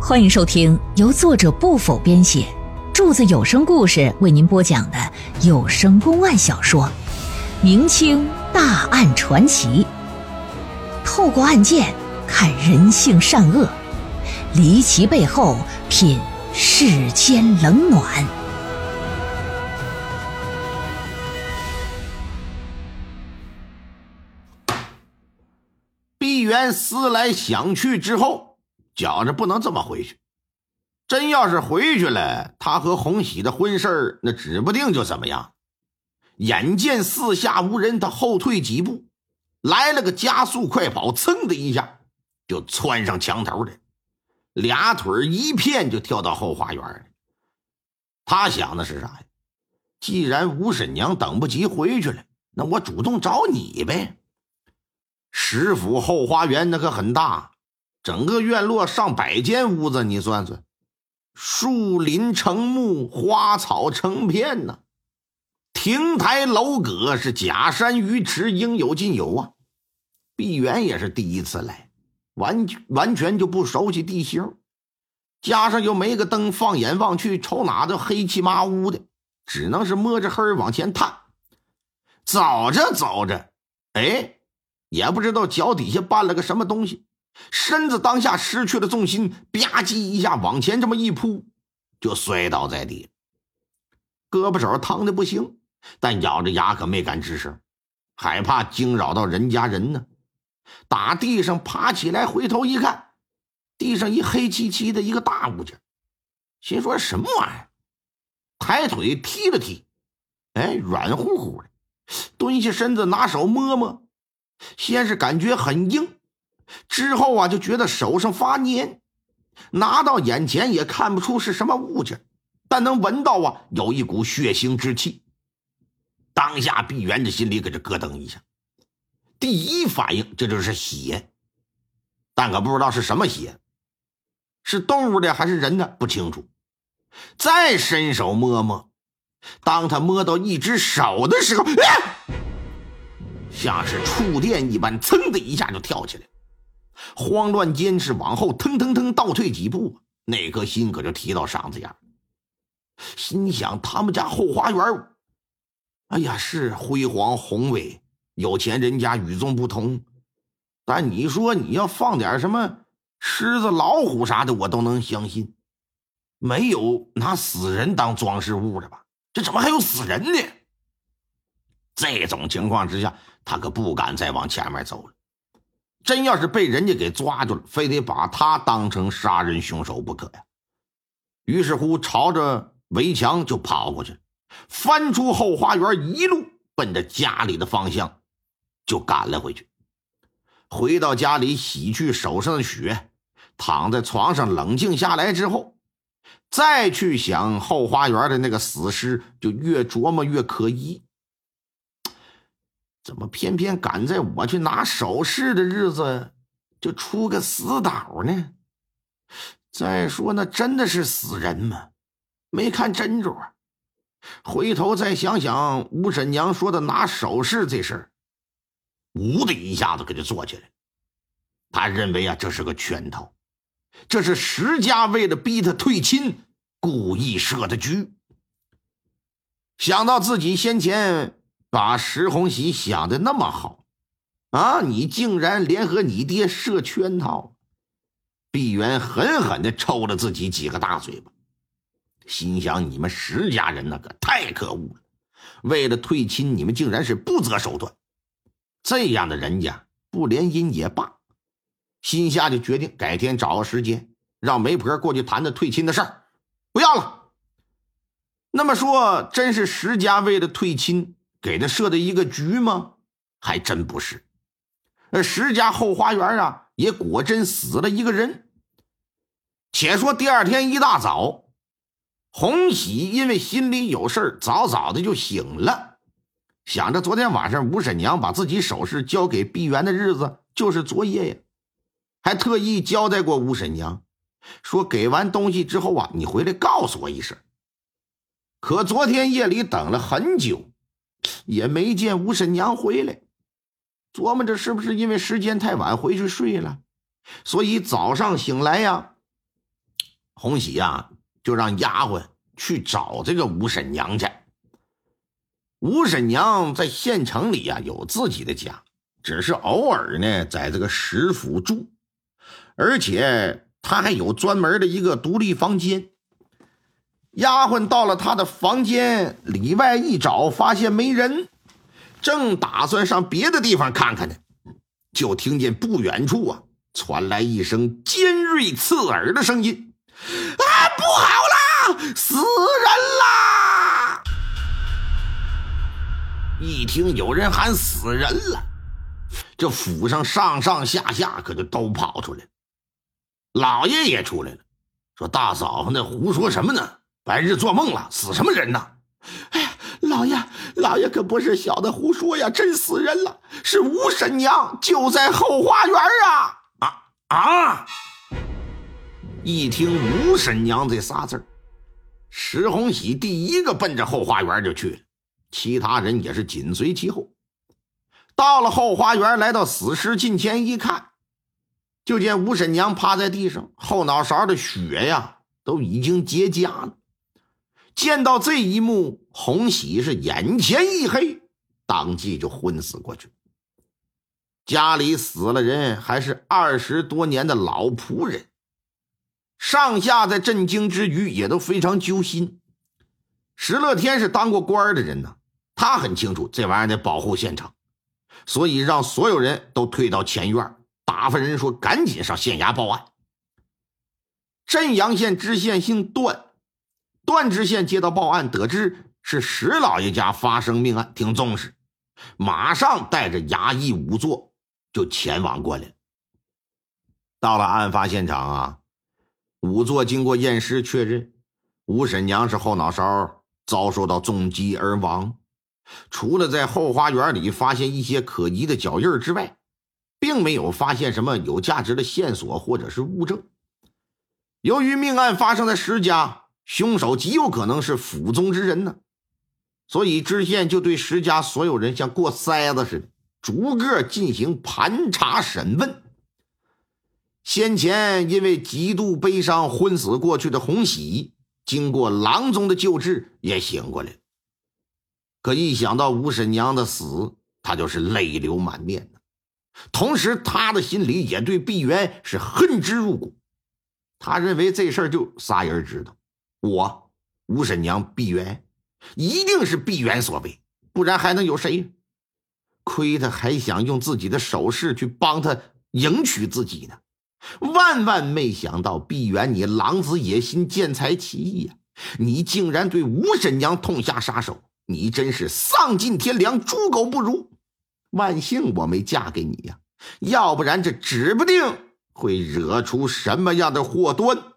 欢迎收听由作者不否编写，柱子有声故事为您播讲的有声公案小说《明清大案传奇》，透过案件看人性善恶，离奇背后品世间冷暖。 毕原思来想去之后，觉着不能这么回去。真要是回去了，他和洪喜的婚事那指不定就怎么样。眼见四下无人，他后退几步，来了个加速快跑，噌的一下就窜上墙头来，俩腿一片就跳到后花园了。他想的是啥呀？既然吴婶娘等不及回去了，那我主动找你呗。石府后花园那可很大，整个院落上百间屋子，你算算，树林成木，花草成片呢，亭台楼阁是假山鱼池，应有尽有啊。毕原也是第一次来，完全就不熟悉地形，加上又没个灯，放眼望去瞅哪都黑漆麻乌的，只能是摸着黑往前探。走着走着，也不知道脚底下绊了个什么东西，身子当下失去了重心，吧唧一下往前这么一扑，就摔倒在地，胳膊手疼的不行，但咬着牙可没敢吱声，害怕惊扰到人家人呢。打地上爬起来，回头一看，地上一黑漆漆的一个大物件，心说什么玩意儿？抬腿踢了踢，软乎乎的，蹲下身子拿手摸摸，先是感觉很硬，之后就觉得手上发黏，拿到眼前也看不出是什么物件，但能闻到有一股血腥之气。当下毕原的心里可是咯噔一下，第一反应这就是血，但可不知道是什么血，是动物的还是人的不清楚。再伸手摸摸，当他摸到一只手的时候，像是触电一般，噌的一下就跳起来，慌乱间是往后腾腾腾倒退几步，那颗心可就提到嗓子眼，心想他们家后花园，是辉煌宏伟，有钱人家与众不同，但你说你要放点什么狮子老虎啥的我都能相信，没有拿死人当装饰物的吧？这怎么还有死人呢？这种情况之下，他可不敢再往前面走了，真要是被人家给抓住了，非得把他当成杀人凶手不可呀。于是乎朝着围墙就跑过去了，翻出后花园，一路奔着家里的方向就赶了回去。回到家里洗去手上的血，躺在床上冷静下来之后，再去想后花园的那个死尸，就越琢磨越可疑。怎么偏偏赶在我去拿首饰的日子就出个死倒呢？再说那真的是死人吗？没看真着。回头再想想吴婶娘说的拿首饰这事儿，呜的一下子可就坐起来。他认为这是个圈套，这是石家为了逼他退亲故意设的局。想到自己先前把石红喜想的那么好你竟然联合你爹设圈套，毕原狠狠地抽了自己几个大嘴巴，心想你们石家人那个太可恶了，为了退亲你们竟然是不择手段，这样的人家不联姻也罢。心下就决定改天找个时间让媒婆过去谈谈退亲的事儿，不要了。那么说真是石家为了退亲给他设的一个局吗？还真不是。石家后花园也果真死了一个人。且说第二天一大早，洪喜因为心里有事早早的就醒了，想着昨天晚上吴婶娘把自己首饰交给毕原的日子就是昨夜呀，还特意交代过吴婶娘，说给完东西之后你回来告诉我一声。可昨天夜里等了很久，也没见吴婶娘回来，琢磨着是不是因为时间太晚回去睡了，所以早上醒来洪喜呀就让丫鬟去找这个吴婶娘去。吴婶娘在县城里呀有自己的家，只是偶尔呢在这个石府住，而且她还有专门的一个独立房间。丫鬟到了她的房间，里外一找，发现没人，正打算上别的地方看看呢，就听见不远处啊传来一声尖锐刺耳的声音：“啊，不好啦，死人啦！”一听有人喊死人了，这府上上上下下可就都跑出来了。老爷也出来了，说：“大嫂子那胡说什么呢？白日做梦了，死什么人呢？”“哎呀，老爷可不是小的胡说呀，真死人了，是吴婶娘就在后花园啊！”一听吴婶娘这仨字，石洪喜第一个奔着后花园就去了，其他人也是紧随其后。到了后花园，来到死尸近前一看，就见吴婶娘趴在地上，后脑勺的血呀都已经结痂了。见到这一幕，洪喜是眼前一黑，当即就昏死过去。家里死了人，还是20多年的老仆人，上下在震惊之余也都非常揪心。石乐天是当过官的人呢，他很清楚这玩意儿得保护现场，所以让所有人都退到前院，打发人说赶紧上县衙报案。镇阳县知县姓段，段知县接到报案，得知是石老爷家发生命案，挺重视，马上带着衙役仵作就前往过来。到了案发现场啊，仵作经过验尸确认，吴婶娘是后脑勺遭受到重击而亡。除了在后花园里发现一些可疑的脚印之外，并没有发现什么有价值的线索或者是物证。由于命案发生在石家，凶手极有可能是府中之人呢，所以知县就对石家所有人像过筛子似的，逐个进行盘查审问。先前因为极度悲伤昏死过去的洪喜，经过郎中的救治也醒过来了。可一想到吴婶娘的死，他就是泪流满面的。同时他的心里也对碧园是恨之入骨。他认为这事儿就仨人知道，我吴婶娘碧园，一定是碧园所为，不然还能有谁？亏他还想用自己的手势去帮他迎娶自己呢。万万没想到，碧园你狼子野心，见财起意呀！你竟然对吴婶娘痛下杀手，你真是丧尽天良，猪狗不如！万幸我没嫁给你呀，要不然这指不定会惹出什么样的祸端。